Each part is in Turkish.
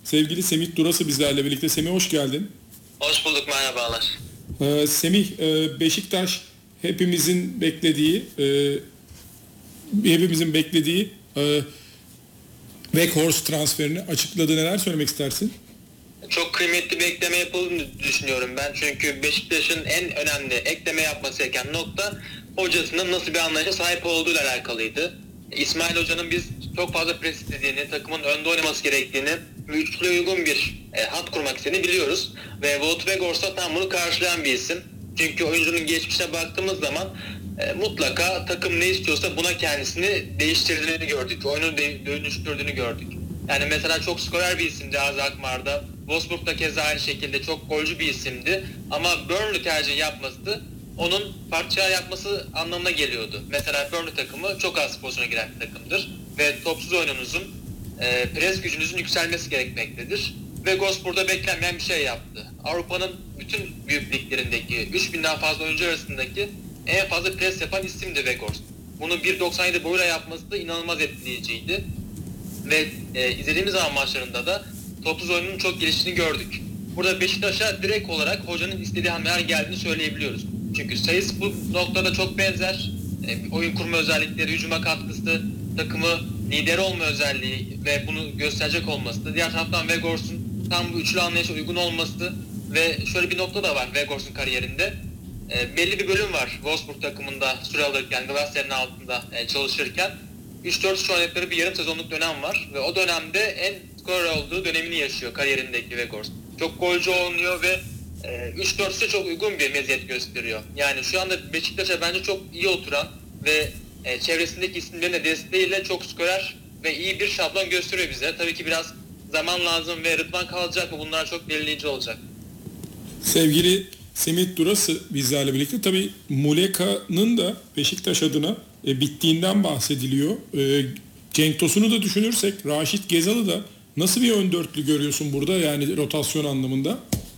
Sevgili Semih Durası bizlerle birlikte. Semih hoş geldin. Hoş bulduk, merhabalar. Semih, Beşiktaş hepimizin beklediği Weghorst transferini açıkladı. Neler söylemek istersin? Çok kıymetli bir ekleme yapıldığını düşünüyorum ben. Çünkü Beşiktaş'ın en önemli ekleme yapması gereken nokta hocasının nasıl bir anlayışa sahip olduğuyla alakalıydı. İsmail Hoca'nın biz çok fazla pres istediğini, takımın önde oynaması gerektiğini ve üçlüye uygun bir hat kurmak istediğini biliyoruz. Ve Wout Weghorst da tam bunu karşılayan bir isim. Çünkü oyuncunun geçmişine baktığımız zaman mutlaka takım ne istiyorsa buna kendisini değiştirdiğini gördük. Oyunu dönüştürdüğünü gördük. Yani mesela çok skorer bir isimdi Azi Akmar'da. Wolfsburg'da keza aynı şekilde çok golcü bir isimdi. Ama Burnley tercih yapması onun parça yapması anlamına geliyordu. Mesela Burnley takımı çok az pozisyona giren bir takımdır. Ve topsuz oyununuzun, pres gücünüzün yükselmesi gerekmektedir. Ve Gos burada beklenmeyen bir şey yaptı. Avrupa'nın bütün büyük liglerindeki 3000'den fazla oyuncu arasındaki en fazla pres yapan isimdi Weghorst. Bunu 1.97 boyuyla yapması da inanılmaz etkileyiciydi. Ve izlediğimiz zaman maçlarında da topsuz oyunun çok geliştiğini gördük. Burada Beşiktaş'a direkt olarak hocanın istediği hamleler geldiğini söyleyebiliyoruz. Çünkü sayısı bu noktada çok benzer. Oyun kurma özellikleri, hücuma katkısı, takımı lider olma özelliği ve bunu gösterecek olması. Diğer taraftan Weghorst'un tam bu üçlü anlayışa uygun olması ve şöyle bir nokta da var Weghorst'un kariyerinde. Belli bir bölüm var Wolfsburg takımında süre alırken, Glasser'in altında çalışırken. 3-4 şu oynadıkları bir yarım sezonluk dönem var ve o dönemde en skorer olduğu dönemini yaşıyor kariyerindeki Weghorst. Çok golcü oynuyor ve 3-4'e çok uygun bir meziyet gösteriyor. Yani şu anda Beşiktaş'a bence çok iyi oturan ve çevresindeki isimlerin de desteğiyle çok skorer ve iyi bir şablon gösteriyor bize. Tabii ki biraz zaman lazım ve Rıdvan kalacak mı, bunlar çok belirleyici olacak. Sevgili Semih Durası bizlerle birlikte. Tabii Muleka'nın da Beşiktaş adına bittiğinden bahsediliyor. Cenk Tosun'u da düşünürsek Raşit Gezal'ı da nasıl bir ön dörtlü görüyorsun burada, yani rotasyon anlamında?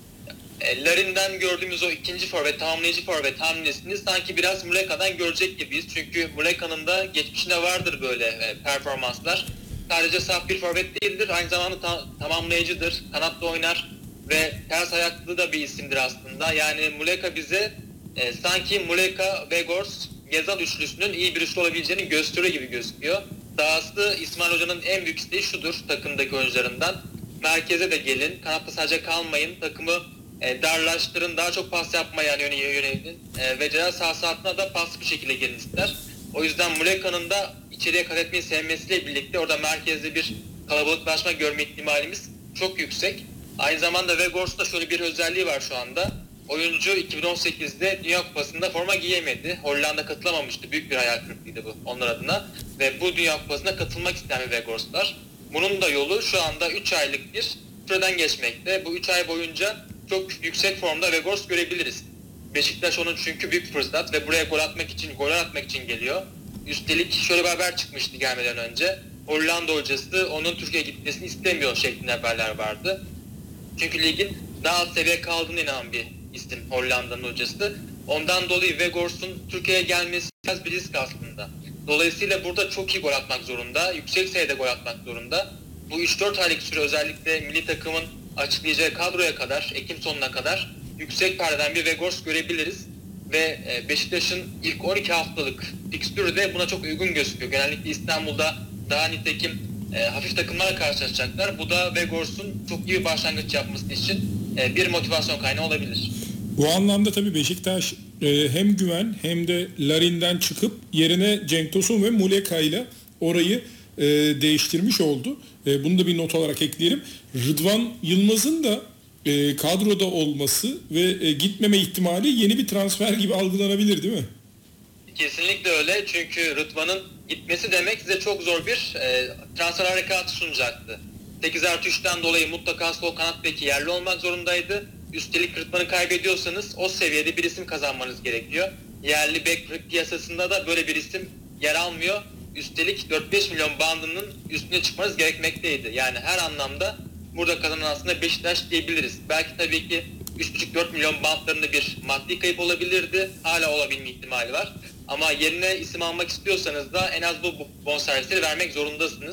Larin'den gördüğümüz o ikinci forvet, tamamlayıcı forvet hamlesini sanki biraz Muleka'dan görecek gibiyiz. Çünkü Muleka'nın da geçmişinde vardır böyle performanslar. Sadece saf bir forvet değildir, aynı zamanda tamamlayıcıdır, kanatta oynar ve ters ayaklı da bir isimdir aslında. Yani Muleka bize sanki Muleka, Weghorst, Gezal üçlüsünün iyi bir üçlü olabileceğini gösteriyor gibi gözüküyor. Dahası İsmail Hoca'nın en büyük isteği şudur takımdaki oyuncularından: merkeze de gelin, kanatta sadece kalmayın, takımı darlaştırın, daha çok pas yapmaya yönelin ve ceza sahası altına da paslı bir şekilde gelin ister. O yüzden Muleka'nın da içeriye kat etmeyi sevmesiyle birlikte orada merkezde bir kalabalıklaşma görme ihtimalimiz çok yüksek. Aynı zamanda Weghorst'ta şöyle bir özelliği var şu anda. Oyuncu 2018'de Dünya Kupası'nda forma giyemedi. Hollanda katılamamıştı. Büyük bir hayal kırıklığıydı bu onlar adına. Ve bu Dünya Kupası'na katılmak isteyen bir Weghorst var. Bunun da yolu şu anda 3 aylık bir süreden geçmekte. Bu 3 ay boyunca çok yüksek formda Weghorst görebiliriz. Beşiktaş onun çünkü büyük fırsat ve buraya gol atmak için geliyor. Üstelik şöyle bir haber çıkmıştı gelmeden önce. Hollanda hocası onun Türkiye'ye gitmesini istemiyor şeklinde haberler vardı. Çünkü ligin daha alt seviye kaldığına inanan bir isim Hollanda'nın hocası. Ondan dolayı Weghorst'un Türkiye'ye gelmesi biraz bir risk aslında. Dolayısıyla burada çok iyi gol atmak zorunda, yüksek sayıda gol atmak zorunda. Bu 3-4 aylık süre özellikle milli takımın açıklayacağı kadroya kadar, Ekim sonuna kadar yüksek perdeden bir Weghorst görebiliriz. Ve Beşiktaş'ın ilk 12 haftalık fikstürü de buna çok uygun gözüküyor. Genellikle İstanbul'da daha nitekim hafif takımlarla karşılaşacaklar. Bu da Weghorst'un çok iyi bir başlangıç yapması için bir motivasyon kaynağı olabilir. Bu anlamda tabii Beşiktaş hem güven hem de Larin'den çıkıp yerine Cenk Tosun ve Muleka ile orayı değiştirmiş oldu. Bunu da bir not olarak ekleyelim. Rıdvan Yılmaz'ın da kadroda olması ve gitmeme ihtimali yeni bir transfer gibi algılanabilir değil mi? Kesinlikle öyle. Çünkü Rıdvan'ın gitmesi demek size çok zor bir transfer harekatı sunacaktı. 8+3'ten dolayı mutlaka sol kanat beki yerli olmak zorundaydı. Üstelik Rıdvan'ı kaybediyorsanız o seviyede bir isim kazanmanız gerekiyor. Yerli bek piyasasında da böyle bir isim yer almıyor. Üstelik 4-5 milyon bandının üstüne çıkmanız gerekmekteydi. Yani her anlamda burada kazanan aslında Beşiktaş diyebiliriz. Belki tabii ki 3,5-4 milyon bantlarında bir maddi kayıp olabilirdi. Hala olabilme ihtimali var. Ama yerine isim almak istiyorsanız da en az bu bonservisleri vermek zorundasınız.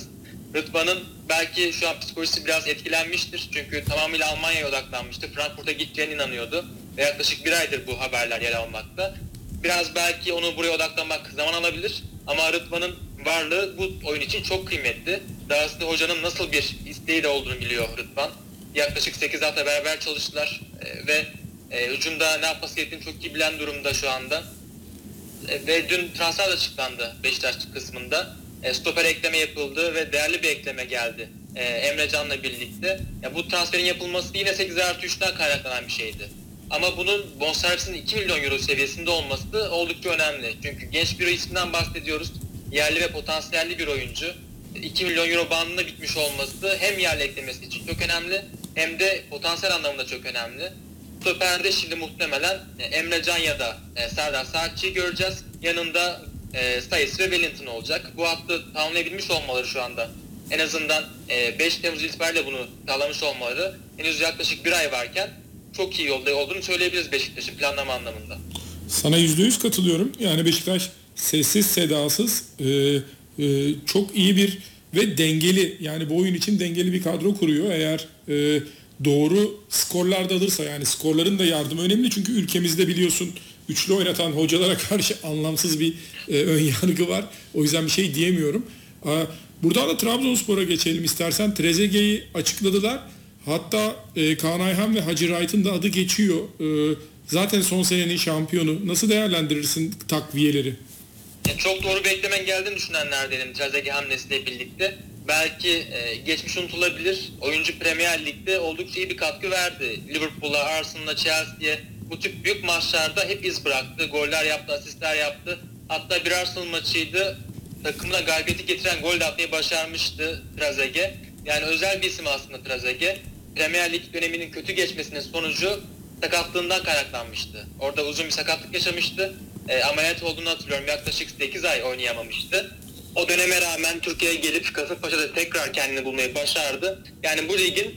Rıdvan'ın belki şu an psikolojisi biraz etkilenmiştir. Çünkü tamamıyla Almanya'ya odaklanmıştı. Frankfurt'a gideceğine inanıyordu. Ve yaklaşık bir aydır bu haberler yer almakta. Biraz belki onu buraya odaklanmak zaman alabilir. Ama Rıdvan'ın varlığı bu oyun için çok kıymetli. Dahası hocanın nasıl bir isteği de olduğunu biliyor Rıdvan. Yaklaşık 8 hafta beraber çalıştılar. Ve hücumda ne yapması gerektiğini çok iyi bilen durumda şu anda. Ve dün transfer de açıklandı Beşiktaş kısmında. Stoper ekleme yapıldı ve değerli bir ekleme geldi Emre Can'la birlikte. Bu transferin yapılması yine 8+3'ten kaynaklanan bir şeydi. Ama bunun bonservisinin 2 milyon euro seviyesinde olması oldukça önemli. Çünkü genç bir isimden bahsediyoruz. Yerli ve potansiyelli bir oyuncu. 2 milyon euro bandında bitmiş olması hem yerli eklemesi için çok önemli hem de potansiyel anlamında çok önemli. Stoper'de şimdi muhtemelen Emre Can ya da Serdar Saatçı'yı göreceğiz. Yanında Sayıs ve Wellington olacak. Bu hattı tamamlayabilmiş olmaları şu anda. En azından 5 Temmuz itibariyle bunu sağlamış olmaları henüz yaklaşık bir ay varken çok iyi yolda olduğunu söyleyebiliriz Beşiktaş'ın planlama anlamında. Sana %100 katılıyorum. Yani Beşiktaş sessiz sedasız çok iyi bir ve dengeli, yani bu oyun için dengeli bir kadro kuruyor. Eğer doğru skorlar da alırsa, yani skorların da yardımı önemli. Çünkü ülkemizde biliyorsun üçlü oynatan hocalara karşı anlamsız bir ön yargı var. O yüzden bir şey diyemiyorum. Buradan da Trabzonspor'a geçelim istersen. Trezeguet'i açıkladılar. Hatta Kaan Ayhan ve Hacı Wright'ın da adı geçiyor. Zaten son senenin şampiyonu. Nasıl değerlendirirsin takviyeleri? Çok doğru beklemen geldiğini düşünenlerdenim Trezeguet hamlesiyle birlikte. Belki geçmiş unutulabilir. Oyuncu Premier Lig'de oldukça iyi bir katkı verdi. Liverpool'a, Arsenal'a, Chelsea'ye bu tip büyük maçlarda hep iz bıraktı. Goller yaptı, asistler yaptı. Hatta bir Arsenal maçıydı. Takımına galibiyeti getiren gol de atmayı başarmıştı Trezeguet. Yani özel bir isim aslında Trezeguet. Premier Lig döneminin kötü geçmesinin sonucu sakatlığından kaynaklanmıştı. Orada uzun bir sakatlık yaşamıştı. Ameliyat olduğunu hatırlıyorum. Yaklaşık 8 ay oynayamamıştı. O döneme rağmen Türkiye'ye gelip Kasımpaşa'da tekrar kendini bulmayı başardı. Yani bu ligin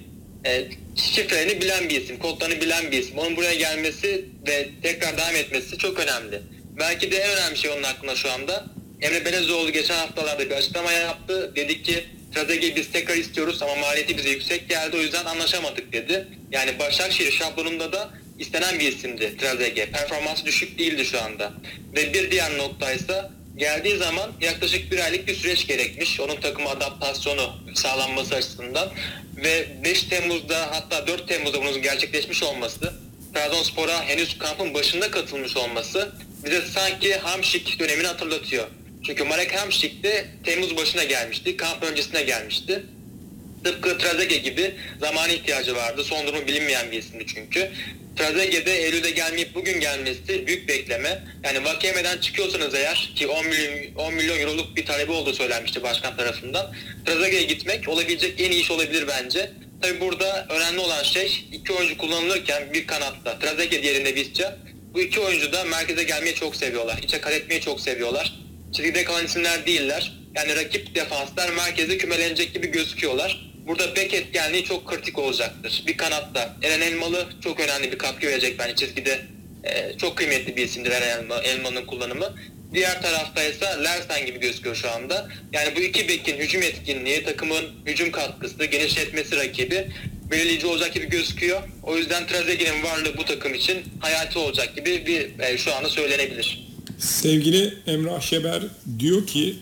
şifrelerini bilen bir isim, kodlarını bilen bir isim. Onun buraya gelmesi ve tekrar devam etmesi çok önemli. Belki de en önemli şey onun hakkında şu anda. Emre Belezoğlu geçen haftalarda bir açıklama yaptı. Dedi ki Trezeguet'i biz tekrar istiyoruz ama maliyeti bize yüksek geldi, o yüzden anlaşamadık dedi. Yani Başakşehir şablonunda da istenen bir isimdi Trezeguet. Performansı düşük değildi şu anda. Ve bir diğer noktaysa geldiği zaman yaklaşık bir aylık bir süreç gerekmiş. Onun takıma adaptasyonu sağlanması açısından. Ve 5 Temmuz'da hatta 4 Temmuz'da bunun gerçekleşmiş olması, Trabzonspor'a henüz kampın başında katılmış olması bize sanki Hamšík dönemini hatırlatıyor. Çünkü Marek Hamšík de Temmuz başına gelmişti, kamp öncesine gelmişti. Tıpkı Trezeguet gibi zamana ihtiyacı vardı. Son durumu bilinmeyen bir isimdi çünkü. Trezeguet'de Eylül'de gelmeyip bugün gelmesi büyük bekleme. Yani Vakeme'den çıkıyorsanız eğer, ki 10 milyon euroluk bir talebi olduğu söylenmişti başkan tarafından, Trezeguet'e gitmek olabilecek en iyi iş olabilir bence. Tabi burada önemli olan şey, iki oyuncu kullanılırken bir kanatta Trezeguet yerinde Visca, bu iki oyuncu da merkeze gelmeyi çok seviyorlar. İçe kat etmeyi çok seviyorlar. Çizgide kalan isimler değiller. Yani rakip defanslar merkeze kümelenecek gibi gözüküyorlar. Burada bek etkenliği çok kritik olacaktır. Bir kanatta Eren Elmalı çok önemli bir katkı verecek bence çizgide. Çok kıymetli bir isimdir Eren Elmalı'nın kullanımı. Diğer tarafta ise Larsen gibi gözüküyor şu anda. Yani bu iki bekin hücum etkinliği, takımın hücum katkısı, genişletmesi rakibi belirleyici olacak gibi gözüküyor. O yüzden Trezeguet'in varlığı bu takım için hayati olacak gibi bir şu anda söylenebilir. Sevgili Emrah Şeber diyor ki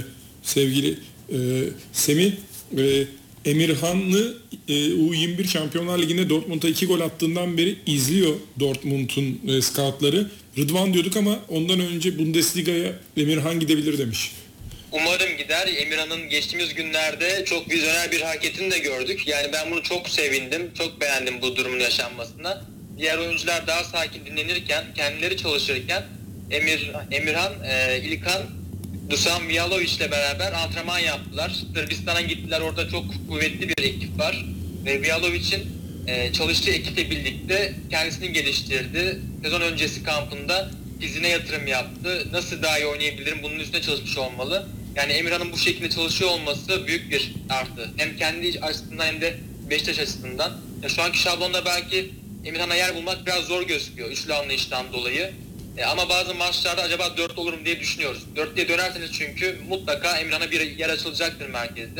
sevgili Semih, Emirhanlı U21 Şampiyonlar Ligi'nde Dortmund'a 2 gol attığından beri izliyor Dortmund'un scoutları. Rıdvan diyorduk ama ondan önce Bundesliga'ya Emirhan gidebilir demiş. Umarım gider. Emirhan'ın geçtiğimiz günlerde çok vizyoner bir hareketini de gördük. Yani ben bunu çok sevindim, çok beğendim bu durumun yaşanmasına. Diğer oyuncular daha sakin dinlenirken, kendileri çalışırken Emirhan, İlkan, Dusan Mihajlovic ile beraber antrenman yaptılar. Sırbistan'a gittiler, orada çok kuvvetli bir ekip var. Ve Mihajlovic'in çalıştığı ekiple birlikte kendisini geliştirdi. Sezon öncesi kampında dizine yatırım yaptı. Nasıl daha iyi oynayabilirim, bunun üstüne çalışmış olmalı. Yani Emirhan'ın bu şekilde çalışıyor olması büyük bir artı. Hem kendi açısından hem de Beşiktaş açısından. Ya şu anki şablonda belki Emirhan'a yer bulmak biraz zor gözüküyor üçlü anlayıştan dolayı. Ama bazı maçlarda acaba 4 olur mu diye düşünüyoruz. 4'lüye dönerseniz çünkü mutlaka Emirhan'a bir yer açılacaktır merkezde.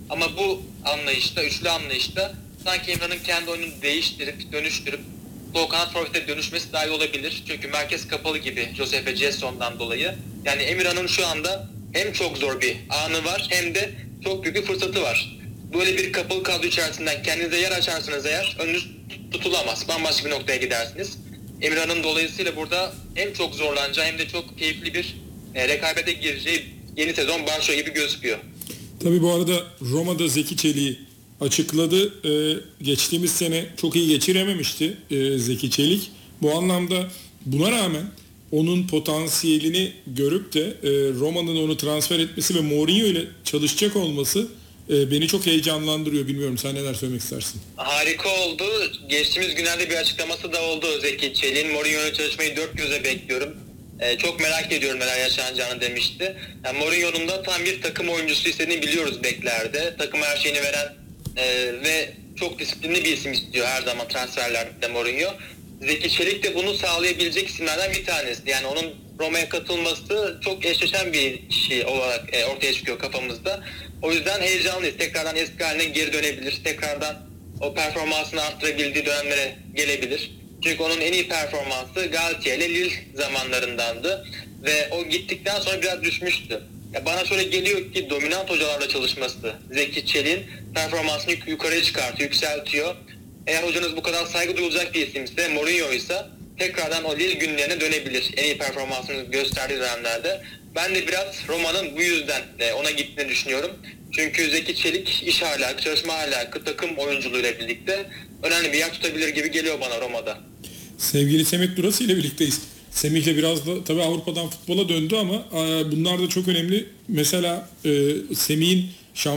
Ama bu anlayışta, üçlü anlayışta sanki Emirhan'ın kendi oyununu değiştirip, dönüştürüp sol kanat forvete dönüşmesi daha iyi olabilir. Çünkü merkez kapalı gibi Josef ve Jesson'dan dolayı. Yani Emirhan'ın şu anda hem çok zor bir anı var hem de çok büyük bir fırsatı var. Böyle bir kapalı kadro içerisinden kendinize yer açarsanız eğer önünüz tutulamaz. Bambaşka bir noktaya gidersiniz. Emirhan'ın dolayısıyla burada hem çok zorlanacağı hem de çok keyifli bir rekabete gireceği yeni sezon başlıyor gibi gözüküyor. Tabii bu arada Roma'da Zeki Çelik'i açıkladı. Geçtiğimiz sene çok iyi geçirememişti Zeki Çelik. Bu anlamda buna rağmen onun potansiyelini görüp de Roma'nın onu transfer etmesi ve Mourinho ile çalışacak olması beni çok heyecanlandırıyor. Bilmiyorum, sen neler söylemek istersin? Harika oldu. Geçtiğimiz günlerde bir açıklaması da oldu Zeki Çelik'in. Mourinho ile çalışmayı dört göze bekliyorum. Çok merak ediyorum neler yaşanacağını demişti. Yani Mourinho'nun da tam bir takım oyuncusu istediğini biliyoruz beklerde. Takıma her şeyini veren ve çok disiplinli bir isim istiyor her zaman transferlerde Mourinho. Zeki Çelik de bunu sağlayabilecek isimlerden bir tanesi. Yani onun Roma'ya katılması çok eşleşen bir şey olarak ortaya çıkıyor kafamızda. O yüzden heyecanlıyız. Tekrardan eski haline geri dönebilir. Tekrardan o performansını arttırabildiği dönemlere gelebilir. Çünkü onun en iyi performansı Galatasaray ile Lille zamanlarındandı. Ve o gittikten sonra biraz düşmüştü. Ya bana şöyle geliyor ki dominant hocalarla çalışması Zeki Çelik'in performansını yukarıya çıkartıyor, yükseltiyor. Eğer hocanız bu kadar saygı duyulacak bir isimse, Mourinho ise tekrardan o Lille günlerine dönebilir. En iyi performansını gösterdiği dönemlerde. Ben de biraz Roma'nın bu yüzden ona gittiğini düşünüyorum. Çünkü Zeki Çelik iş ahlakı, çalışma ahlakı, takım oyunculuğuyla birlikte önemli bir yer tutabilir gibi geliyor bana Roma'da. Sevgili Semih Durası ile birlikteyiz. Semih'le biraz da tabii Avrupa'dan futbola döndü ama bunlar da çok önemli. Mesela Semih'in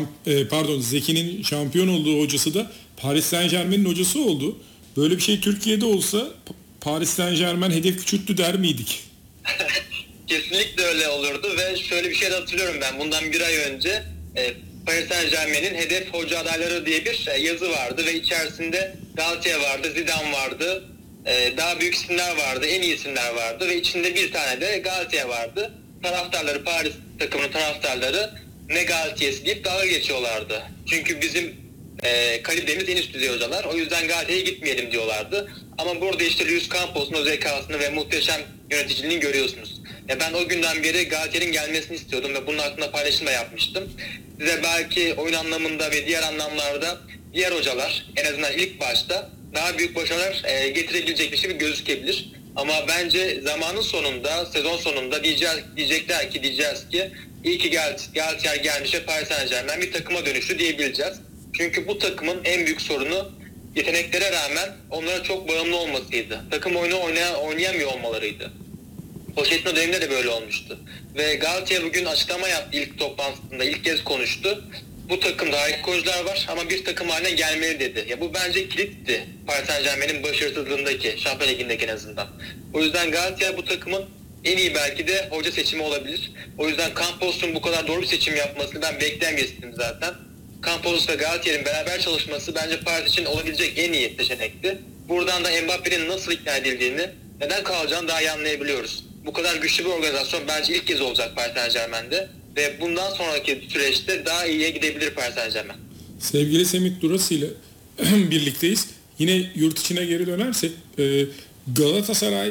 Zeki'nin şampiyon olduğu hocası da Paris Saint-Germain'in hocası oldu. Böyle bir şey Türkiye'de olsa Paris Saint-Germain hedef küçülttü der miydik? Kesinlikle öyle olurdu ve şöyle bir şey de hatırlıyorum ben. Bundan bir ay önce Paris Saint-Germain'in hedef hoca adayları diye bir yazı vardı ve içerisinde Galatasaray vardı, Zidane vardı, daha büyük isimler vardı, en iyi isimler vardı ve içinde bir tane de Galatasaray vardı. Taraftarları, Paris takımının taraftarları ne Galatasaray'si deyip dalga geçiyorlardı. Çünkü bizim kalitemiz en üst düzey hocalar. O yüzden Galatasaray'a gitmeyelim diyorlardı. Ama burada işte Luis Campos'un o zekasını ve muhteşem yöneticiliğini görüyorsunuz. Ben o günden beri Galatasaray'ın gelmesini istiyordum ve bunun hakkında paylaşım da yapmıştım. Size belki oyun anlamında ve diğer anlamlarda diğer hocalar en azından ilk başta daha büyük başarılar getirebilecekmiş gibi gözükebilir. Ama bence zamanın sonunda, sezon sonunda diyecekler ki iyi ki Galatasaray gelmiş ve Paris Saint-Germain bir takıma dönüştü diyebileceğiz. Çünkü bu takımın en büyük sorunu yeteneklere rağmen onlara çok bağımlı olmasıydı. Takım oyunu oynayamıyor olmalarıydı. Pochettino döneminde de böyle olmuştu. Ve Galatasaray bugün açıklama yaptı ilk toplantısında, ilk kez konuştu. Bu takımda harika oyuncular var ama bir takım haline gelmeli dedi. Ya bu bence kilitti Paris Saint-Germain'in başarısızlığındaki, Şampiyon Ligi'ndeki en azından. O yüzden Galatasaray bu takımın en iyi belki de hoca seçimi olabilir. O yüzden Campos'un bu kadar doğru bir seçim yapmasını ben bekleyen bir isim zaten. Campos ve Galatasaray'ın beraber çalışması bence Paris için olabilecek en iyi seçenekti. Buradan da Mbappe'nin nasıl ikna edildiğini, neden kalacağını daha iyi anlayabiliyoruz. Bu kadar güçlü bir organizasyon bence ilk kez olacak Paris Saint-Germain'de ve bundan sonraki süreçte daha iyiye gidebilir Paris Saint-Germain. Sevgili Semih Durası ile birlikteyiz. Yine yurt içine geri dönersek Galatasaray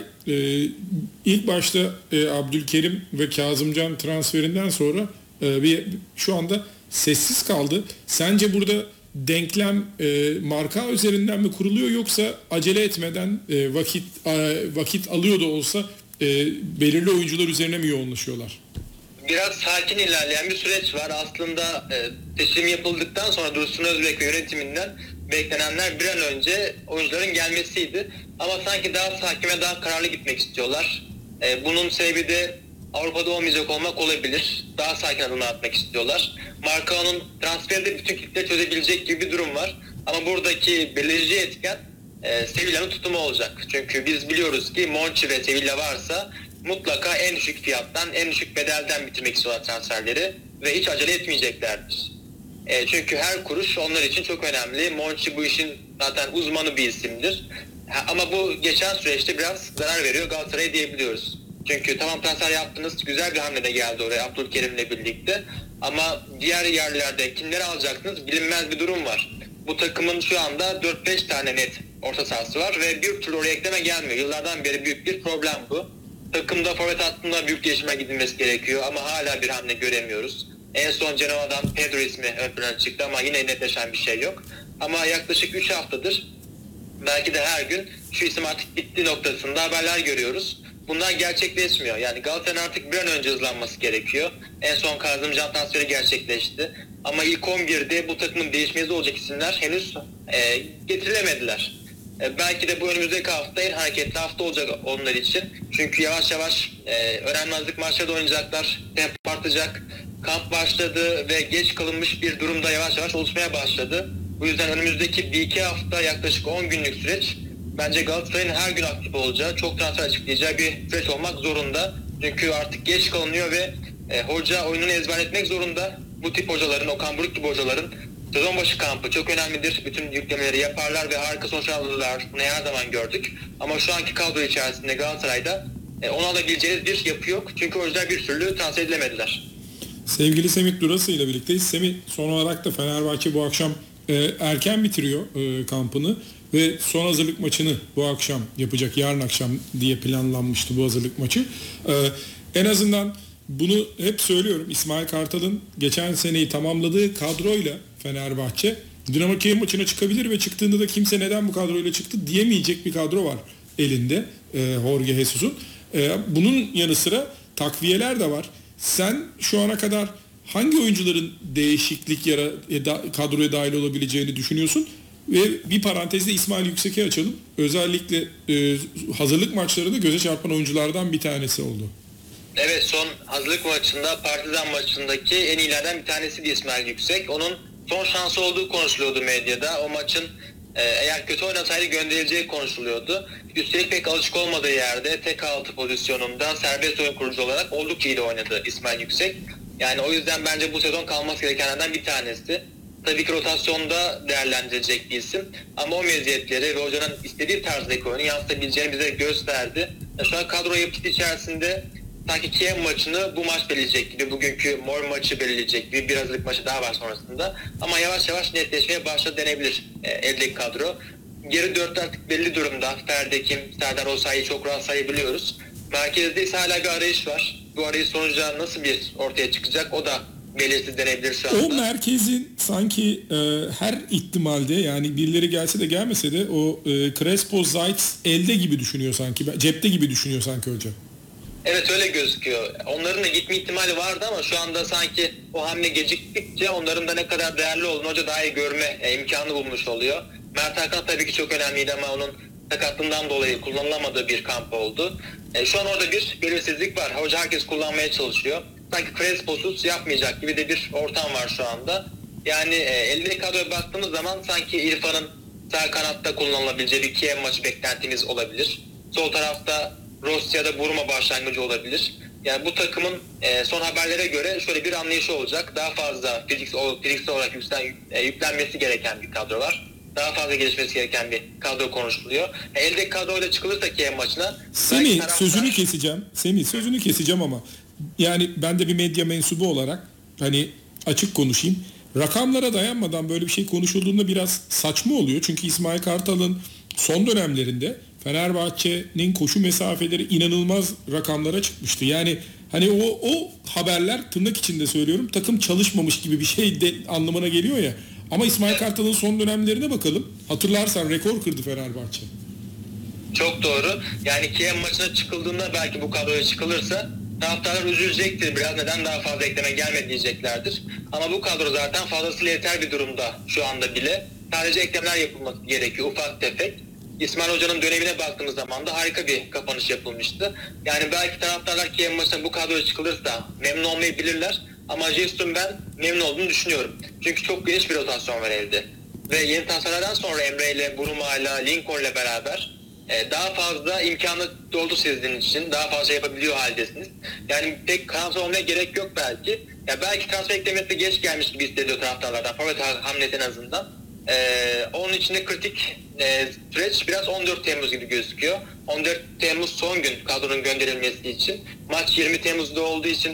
ilk başta Abdülkerim ve Kazımcan transferinden sonra şu anda sessiz kaldı. Sence burada denklem marka üzerinden mi kuruluyor yoksa acele etmeden vakit alıyor da olsa belirli oyuncular üzerine mi yoğunlaşıyorlar? Biraz sakin ilerleyen bir süreç var. Aslında seçim yapıldıktan sonra Dursun Özbek ve yönetiminden beklenenler bir an önce oyuncuların gelmesiydi. Ama sanki daha sakin ve daha kararlı gitmek istiyorlar. Bunun sebebi de Avrupa'da olmayacak olmak olabilir. Daha sakin adımlar atmak istiyorlar. Marcao'nun transferde bütün kilitleri çözebilecek gibi bir durum var. Ama buradaki belirleyici etken Sevilla'nın tutumu olacak. Çünkü biz biliyoruz ki Monchi ve Sevilla varsa mutlaka en düşük fiyattan, en düşük bedelden bitirmek istiyorlar transferleri ve hiç acele etmeyeceklerdir. Çünkü her kuruş onlar için çok önemli. Monchi bu işin zaten uzmanı bir isimdir. Ama bu geçen süreçte biraz zarar veriyor Galatasaray'a diyebiliyoruz. Çünkü tamam transfer yaptınız, güzel bir hamle de geldi oraya Abdülkerim'le birlikte. Ama diğer yerlerde kimleri alacaksınız bilinmez bir durum var. Bu takımın şu anda 4-5 tane net orta sahası var ve bir türlü oraya ekleme gelmiyor. Yıllardan beri büyük bir problem bu. Takımda forvet hattında büyük değişime gidilmesi gerekiyor ama hala bir hamle göremiyoruz. En son Genoa'dan Pedro ismi ön plana çıktı ama yine netleşen bir şey yok. Ama yaklaşık 3 haftadır belki de her gün şu isim artık bitti noktasında haberler görüyoruz. Bunlar gerçekleşmiyor. Yani Galatasaray'ın artık bir an önce hızlanması gerekiyor. En son Kazımcan transferi gerçekleşti. Ama ilk 11'de bu takımın değişmezi olacak isimler henüz getirilemediler. Belki de bu önümüzdeki hafta en hareketli hafta olacak onlar için. Çünkü yavaş yavaş önemli hazırlık maçları da oynayacaklar. Tempo artacak. Kamp başladı ve geç kalınmış bir durumda yavaş yavaş oluşmaya başladı. Bu yüzden önümüzdeki 1-2 hafta yaklaşık 10 günlük süreç bence Galatasaray'ın her gün aktif olacağı, çok transfer açıklayacağı bir süreç olmak zorunda. Çünkü artık geç kalınıyor ve hoca oyununu ezberletmek zorunda. Bu tip hocaların, Okan Buruk gibi hocaların sezon başı kampı çok önemlidir. Bütün yüklemeleri yaparlar ve harika sonuçlar alırlar. Bunu her zaman gördük. Ama şu anki kadro içerisinde Galatasaray'da onu alabileceğiniz bir yapı yok. Çünkü hocalar bir türlü transfer edilemediler. Sevgili Semih Durası ile birlikteyiz. Semih, son olarak da Fenerbahçe bu akşam erken bitiriyor kampını ve son hazırlık maçını bu akşam yapacak. Yarın akşam diye planlanmıştı bu hazırlık maçı. En azından bunu hep söylüyorum. İsmail Kartal'ın geçen seneyi tamamladığı kadroyla Fenerbahçe Dinamo Kiev maçına çıkabilir ve çıktığında da kimse neden bu kadroyla çıktı diyemeyecek bir kadro var elinde Jorge Jesus'un. Bunun yanı sıra takviyeler de var. Sen şu ana kadar hangi oyuncuların değişiklik kadroya dahil olabileceğini düşünüyorsun? Ve bir parantezde İsmail Yüksek'i açalım. Özellikle hazırlık maçlarında göze çarpan oyunculardan bir tanesi oldu. Evet, son hazırlık maçında, Partizan maçındaki en iyilerden bir tanesiydi İsmail Yüksek. Onun son şansı olduğu konuşuluyordu medyada. O maçın eğer kötü oynasaydı gönderileceği konuşuluyordu. Üstelik pek alışık olmadığı yerde tek altı pozisyonunda serbest oyun kurucu olarak oldukça iyi de oynadı İsmail Yüksek. Yani o yüzden bence bu sezon kalması gerekenlerden bir tanesi. Tabii ki rotasyonda değerlendirilecek bir isim. Ama o meziyetleri ve hocanın istediği tarzdaki oyunu yansıtabileceğini bize gösterdi. Şu an kadro yapısı içerisinde sanki Kiev maçını bu maç belirleyecek gibi, bugünkü Mor maçı belirleyecek gibi bir hazırlık maçı daha var sonrasında. Ama yavaş yavaş netleşmeye başladı denebilir eldeki kadro. Geri dörtlü artık belli durumda. Ferdi, Kim, Serdar Osayi'yi çok rahat sayabiliyoruz. Merkezde ise hala bir arayış var. Bu arayış sonucu nasıl bir ortaya çıkacak o da belirsiz denebilir şu anda. O merkezin sanki her ihtimalde, yani birileri gelse de gelmese de o Crespo, Zayt elde gibi düşünüyor sanki. Cepte gibi düşünüyor sanki hoca. Evet, öyle gözüküyor. Onların da gitme ihtimali vardı ama şu anda sanki o hamle geciktikçe onların da ne kadar değerli olduğunu hoca daha iyi görme imkanı bulmuş oluyor. Mert Hakan tabii ki çok önemliydi ama onun sakatlığından dolayı kullanılamadığı bir kamp oldu. Şu an orada bir belirsizlik var. Hoca herkes kullanmaya çalışıyor. Sanki Crespo'suz yapmayacak gibi de bir ortam var şu anda. Yani eldeki kadroya baktığımız zaman sanki İrfan'ın sağ kanatta kullanılabileceği bir Kiev maçı beklentimiz olabilir. Sol tarafta Rusya'da Burma başlangıcı olabilir. Yani bu takımın son haberlere göre şöyle bir anlayışı olacak. Daha fazla fiziksel olarak yüklenmesi gereken bir kadro var. Daha fazla gelişmesi gereken bir kadro konuşuluyor. Eldeki kadroyla çıkılırsa Kiev maçına... Semih, sözünü keseceğim ama yani ben de bir medya mensubu olarak hani açık konuşayım. Rakamlara dayanmadan böyle bir şey konuşulduğunda biraz saçma oluyor. Çünkü İsmail Kartal'ın son dönemlerinde Fenerbahçe'nin koşu mesafeleri inanılmaz rakamlara çıkmıştı. Yani hani o haberler, tırnak içinde söylüyorum, takım çalışmamış gibi bir şey de anlamına geliyor ya. Ama İsmail Kartal'ın son dönemlerine bakalım. Hatırlarsan rekor kırdı Fenerbahçe. Çok doğru. Yani Kiev maçına çıkıldığında belki bu kadroya çıkılırsa taraftarlar üzülecektir. Biraz neden daha fazla ekleme gelmedi diyeceklerdir. Ama bu kadro zaten fazlasıyla yeter bir durumda şu anda bile. Sadece eklemeler yapılması gerekiyor, ufak tefek. İsmail Hoca'nın dönemine baktığımız zaman da harika bir kapanış yapılmıştı. Yani belki taraftarlar Kiev maçına bu kadroya çıkılırsa memnun olmayabilirler. Ama Jesus'un ben memnun olduğunu düşünüyorum. Çünkü çok geniş bir rotasyon var elde. Ve yeni transferlerden sonra Emre ile, Buruma ile, Lincoln ile beraber daha fazla imkanı doldu sizin için. Daha fazla yapabiliyor haldesiniz. Yani pek transfer olmaya gerek yok belki. Ya belki transfer eklemesi geç gelmiş gibi hissediyor taraftarlardan. Forvet hamlesi en azından. Onun içinde kritik süreç biraz 14 Temmuz gibi gözüküyor. 14 Temmuz son gün kadronun gönderilmesi için. Maç 20 Temmuz'da olduğu için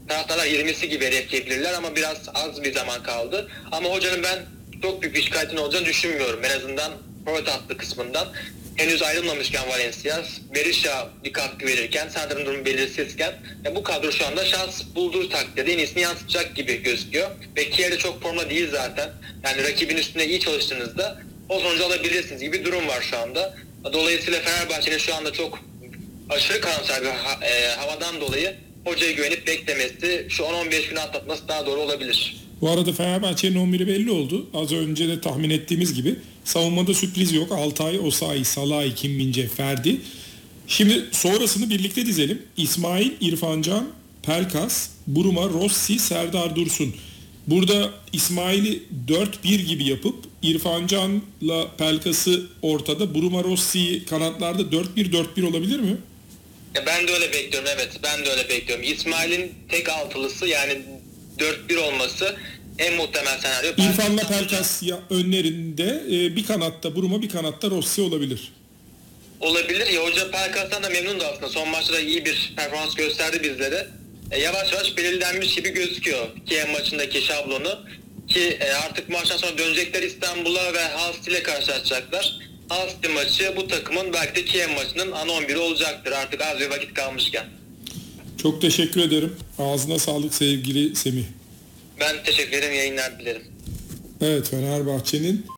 taraftarlar 20'si gibi hedefleyebilirler ama biraz az bir zaman kaldı. Ama hocanın ben çok büyük bir şikayetin olacağını düşünmüyorum. En azından forvet hattı kısmından. Henüz ayrılmamışken Valencia, Berisha bir katkı verirken, Sandra'nın durumu belirsizken bu kadro şu anda şans bulduğu takdirde en iyisini yansıtacak gibi gözüküyor. Ve Kier de çok formda değil zaten. Yani rakibin üstünde iyi çalıştığınızda o sonucu alabilirsiniz gibi bir durum var şu anda. Dolayısıyla Fenerbahçe'nin şu anda çok aşırı karamsar bir havadan dolayı hocaya güvenip beklemesi, şu 10-15 gün atlatması daha doğru olabilir. Bu arada Fenerbahçe'nin 11'i belli oldu. Az önce de tahmin ettiğimiz gibi. Savunmada sürpriz yok. Altay, Osayi, Salahı, Kim Min-jae, Ferdi. Şimdi sonrasını birlikte dizelim. İsmail, İrfan Can, Pelkas, Buruma, Rossi, Serdar Dursun. Burada İsmail'i 4-1 gibi yapıp İrfan Can'la Pelkas'ı ortada, Buruma, Rossi'yi kanatlarda 4-1-4-1 olabilir mi? Ben de öyle bekliyorum, evet. Ben de öyle bekliyorum. İsmail'in tek altılısı yani 4-1 olması en muhtemel senaryo. İrfan'la Pelkas önlerinde bir kanatta Buruma, bir kanatta Rossi olabilir. Olabilir. Ya hoca Pelkas'tan da memnundu aslında. Son maçta da iyi bir performans gösterdi bizlere. Yavaş yavaş belirlenmiş gibi gözüküyor Kiev maçındaki şablonu. Ki artık maçtan sonra dönecekler İstanbul'a ve Halsti ile karşılaşacaklar. Halsti maçı bu takımın belki de Kiev maçının ana 11'i olacaktır. Artık az bir vakit kalmışken. Çok teşekkür ederim. Ağzına sağlık sevgili Semih. Ben teşekkür ederim. Yayınlar dilerim. Evet, Fenerbahçe'nin